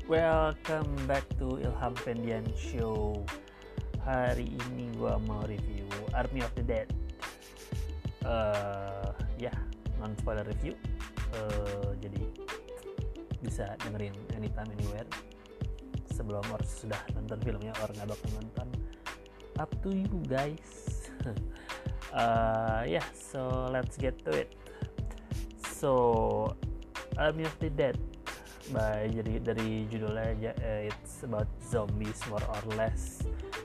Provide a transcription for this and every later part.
Welcome back to Ilham Pendian Show. Hari ini gue mau review Army of the Dead. Non spoiler review. Jadi bisa dengerin anytime anywhere. Sebelum or sudah nonton filmnya or nggak bakal nonton, up to you guys. So let's get to it. So Army of the Dead, jadi dari judulnya aja, it's about zombies more or less.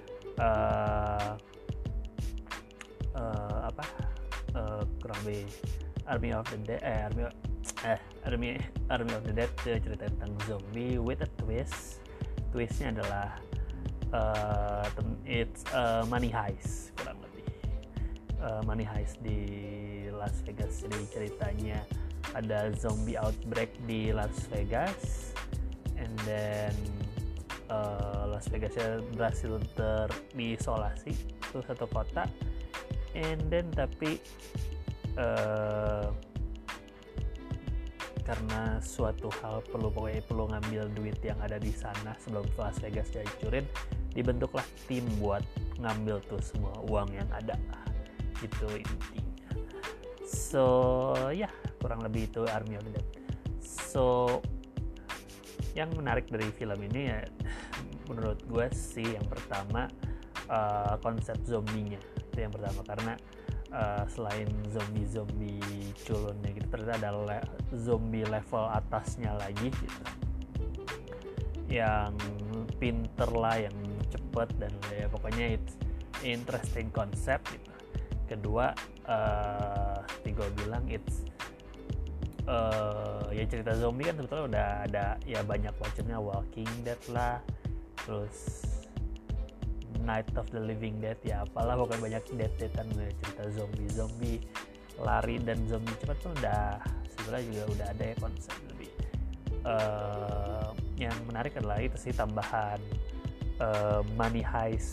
Kurang lebih Army of the Dead, Army of the Dead cerita tentang zombie with a twist. Twistnya adalah it's money heist, kurang lebih money heist di Las Vegas. Jadi ceritanya ada zombie outbreak di Las Vegas, and then Las Vegasnya berhasil terisolasi itu satu kota, and then tapi karena suatu hal perlu ngambil duit yang ada di sana sebelum Las Vegas dihancurin, dibentuklah tim buat ngambil tuh semua uang yang ada, itu intinya. So kurang lebih itu Army of the Dead. So yang menarik dari film ini ya menurut gue sih yang pertama konsep zombinya itu yang pertama, karena selain zombie culunnya gitu, ternyata ada zombie level atasnya lagi gitu, yang pinter lah, yang cepet, dan ya pokoknya it's interesting concept gitu. Kedua, gue bilang it's ya cerita zombie kan sebetulnya udah ada ya banyak macamnya, Walking Dead lah, terus Night of the Living Dead, ya apalah pokoknya banyak dead-deadan cerita zombie lari dan zombie cepat tuh udah sebenarnya juga udah ada ya konsep lebih. Yang menarik adalah itu sih tambahan money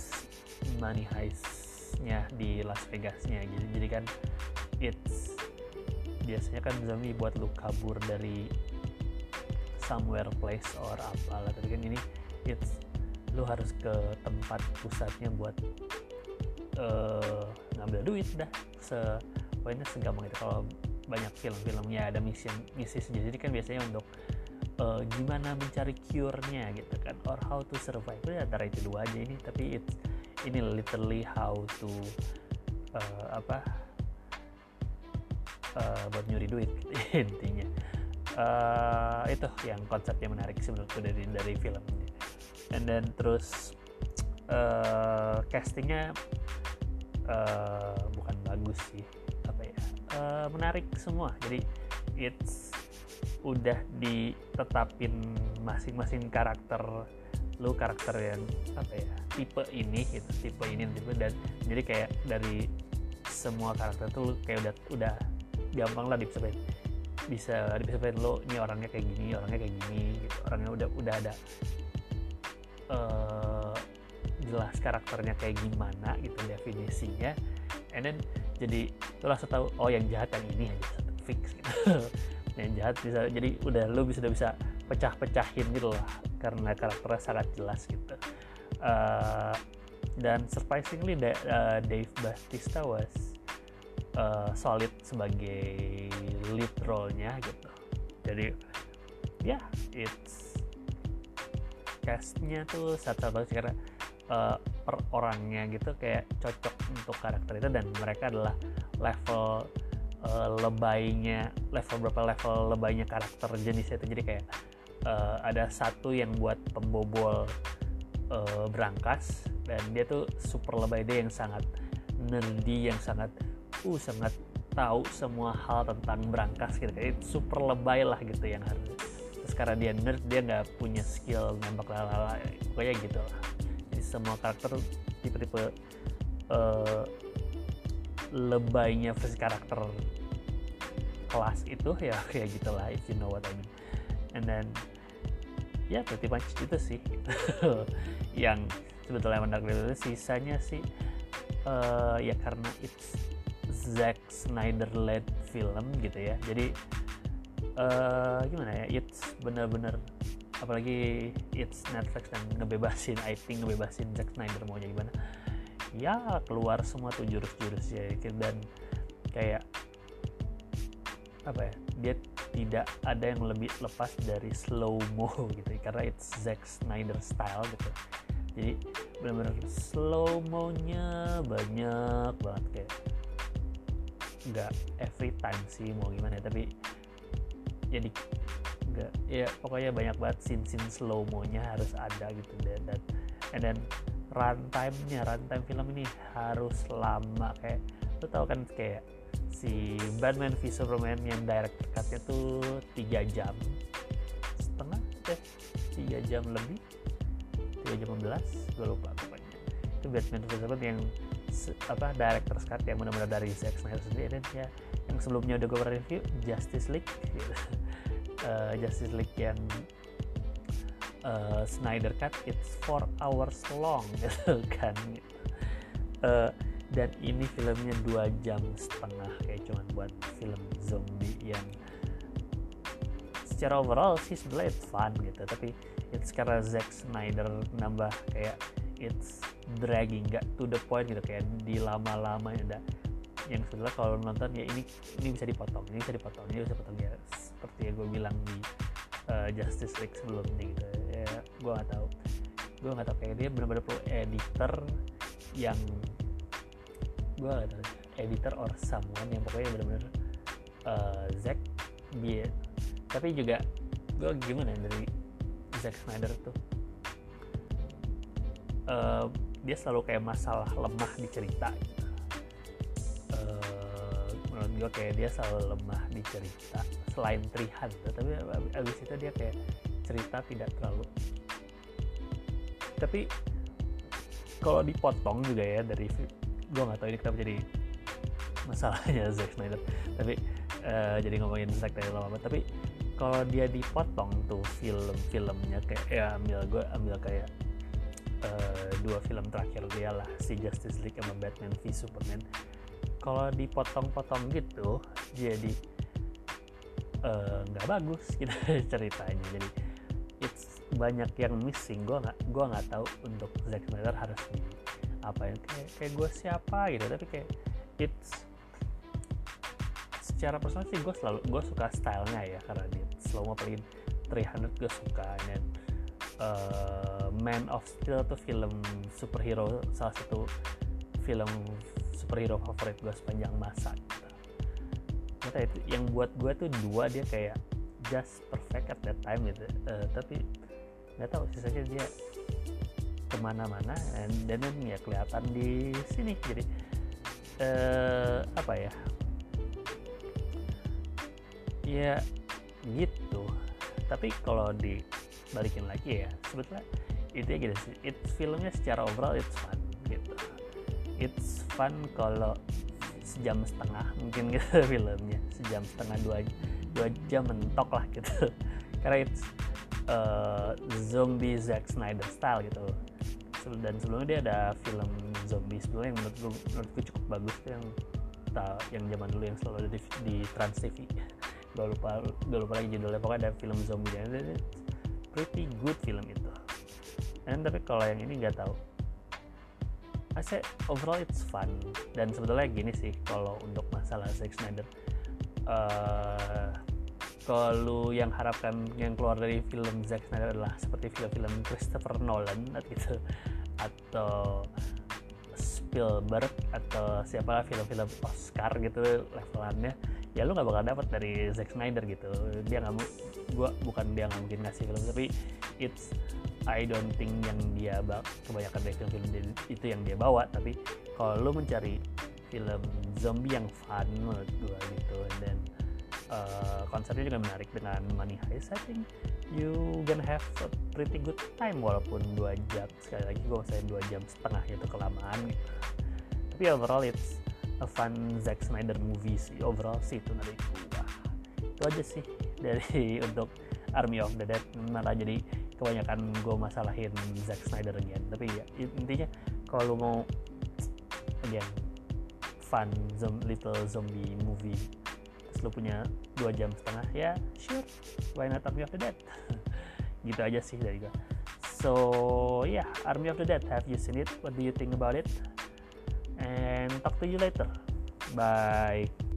heist-nya di Las Vegasnya. Jadi kan it's biasanya kan zombie buat lu kabur dari somewhere place or apalah, tapi kan ini it's lu harus ke tempat pusatnya buat ngambil duit dah. Pokoknya segampang itu. Kalau banyak film-filmnya ada misi jadi kan biasanya untuk gimana mencari cure-nya gitu kan, or how to survive, itu antara itu dua aja. Ini tapi ini literally how to buat nyuri duit intinya. Itu yang konsepnya menarik sih menurutku dari film ini. And then terus castingnya bukan bagus sih, menarik semua. Jadi it's udah ditetapin masing-masing karakter yang tipe ini dan jadi kayak dari semua karakter tuh kayak udah gampang lah bisa lo ini orangnya kayak gini gitu. Orangnya udah ada jelas karakternya kayak gimana gitu definisinya, and then jadi lo langsung tahu yang jahat yang ini aja satu fix gitu. Yang jahat lo bisa pecah-pecahin gitu lah karena karakternya sangat jelas gitu. Dan surprisingly Dave Bautista was solid sebagai lead role-nya gitu. Jadi it's cast-nya tuh satu-satu sih, karena per orangnya gitu kayak cocok untuk karakter itu, dan mereka adalah level lebaynya karakter jenisnya itu. Jadi kayak ada satu yang buat pembobol berangkas, dan dia tuh super lebay, dia yang sangat nerdy, yang sangat tahu semua hal tentang berangkas gitu. Kayak super lebay lah gitu yang harus. Karena dia nerd, dia nggak punya skill nembak lalala, pokoknya gitu lah. Jadi semua karakter tipe-tipe lebaynya versi karakter kelas itu ya kayak gitulah, if you know what I mean. And then pretty much itu sih yang sebetulnya menarik dari itu. Sisanya sih karena it's Zack Snyder led film gitu ya, jadi gimana ya, it's bener-bener apalagi it's Netflix dan ngebebasin Zack Snyder maunya gimana ya, keluar semua tuh jurus-jurus ya, dan kayak apa ya, dia tidak ada yang lebih lepas dari slow mo gitu karena it's Zack Snyder style gitu. Jadi benar-benar slow mo-nya banyak banget, kayak nggak every time sih mau gimana ya, tapi jadi nggak ya, pokoknya banyak banget scene slow mo-nya harus ada gitu. Dan runtime film ini harus lama, kayak lo tau kan kayak si Batman v Superman yang director cut-nya tuh 3 jam setengah 3 jam lebih, 3 jam 15, gue lupa pokoknya. Itu Batman v Superman yang director cut yang benar-benar dari Zack Snyder sendiri. Dan ya yang sebelumnya udah gue review Justice League gitu. Justice League yang Snyder Cut it's 4 hours long gitu kan gitu. Dan ini filmnya 2 jam setengah, kayak cuman buat film zombie yang secara overall sih sebenarnya it's fun gitu, tapi it's karena Zack Snyder nambah kayak it's dragging, gak to the point gitu, kayak dilama-lama ya. Yang sebenarnya kalau nonton ya ini bisa dipotong ya, seperti yang gue bilang di Justice League sebelumnya gitu ya. Gue nggak tahu kayak dia benar-benar perlu editor yang gue nggak tahu, editor or someone yang pokoknya benar-benar Zack dia. Tapi juga gue gimana dari Zack Snyder tuh dia selalu kayak masalah lemah di cerita gitu. Menurut gue kayak dia selalu lemah di cerita selain 300, tapi abis itu dia kayak cerita tidak terlalu, tapi kalau dipotong juga ya dari, gue nggak tahu ini kenapa jadi masalahnya Zack Snyder, tapi jadi ngomongin Zack Snyder lama banget. Tapi kalau dia dipotong tuh film-filmnya kayak ya ambil kayak 2 film terakhir dia lah, si Justice League sama Batman v Superman. Kalau dipotong-potong gitu jadi nggak bagus gitu ceritanya. Jadi it's banyak yang missing. Gue nggak tahu untuk Zack Snyder harus di apa ya, kayak gue siapa gitu, tapi kayak it's secara personal sih gue suka stylenya ya, karena dia slow mo paling 300 gue suka. Dan Man of Steel tuh film superhero, salah satu film superhero favorit gue sepanjang masa gitu. Ternyata itu yang buat gue tuh 2 dia kayak just perfect at that time gitu. Tapi nggak tahu sisanya dia kemana-mana, dan ya kelihatan di sini. Jadi apa ya gitu. Tapi kalau dibalikin lagi ya, sebetulnya itu ya gitu sih, filmnya secara overall it's fun gitu. It's fun kalau sejam setengah mungkin gitu filmnya, sejam setengah 2 jam mentok lah gitu. Karena it's zombie Zack Snyder style gitu. Dan sebelumnya dia ada film zombie sebelumnya yang menurutku cukup bagus tuh, yang zaman dulu yang selalu ada di Trans TV. Gue lupa lagi judulnya, pokoknya ada film zombie dan pretty good film itu. Dan tapi kalau yang ini nggak tahu. I say overall it's fun. Dan sebetulnya gini sih, kalau untuk masalah Zack Snyder, kalau yang harapkan yang keluar dari film Zack Snyder adalah seperti film-film Christopher Nolan gitu, atau Spielberg, atau siapalah film-film Oscar gitu levelannya, ya lu nggak bakal dapat dari Zack Snyder gitu. Dia nggak, bukan dia nggak mungkin ngasih film, tapi I don't think yang dia kebanyakan dari film itu yang dia bawa. Tapi kalau lu mencari film zombie yang fun menurut gue gitu, dan konsepnya juga menarik dengan Money Heist, I think you gonna have a pretty good time walaupun 2 jam. Sekali lagi gue masain 2 jam setengah itu kelamaan gitu. Tapi overall it's a fun Zack Snyder movie sih, overall sih itu dari gue. Itu aja sih dari untuk Army of the Dead. Malah jadi kebanyakan gue masalahin Zack Snyder again. Tapi ya intinya kalau lu mau again fun little zombie movie, terus lu punya 2 jam setengah, ya sure, why not Army of the Dead. Gitu aja sih dari gue. So yeah, Army of the Dead, have you seen it? What do you think about it? And talk to you later. Bye.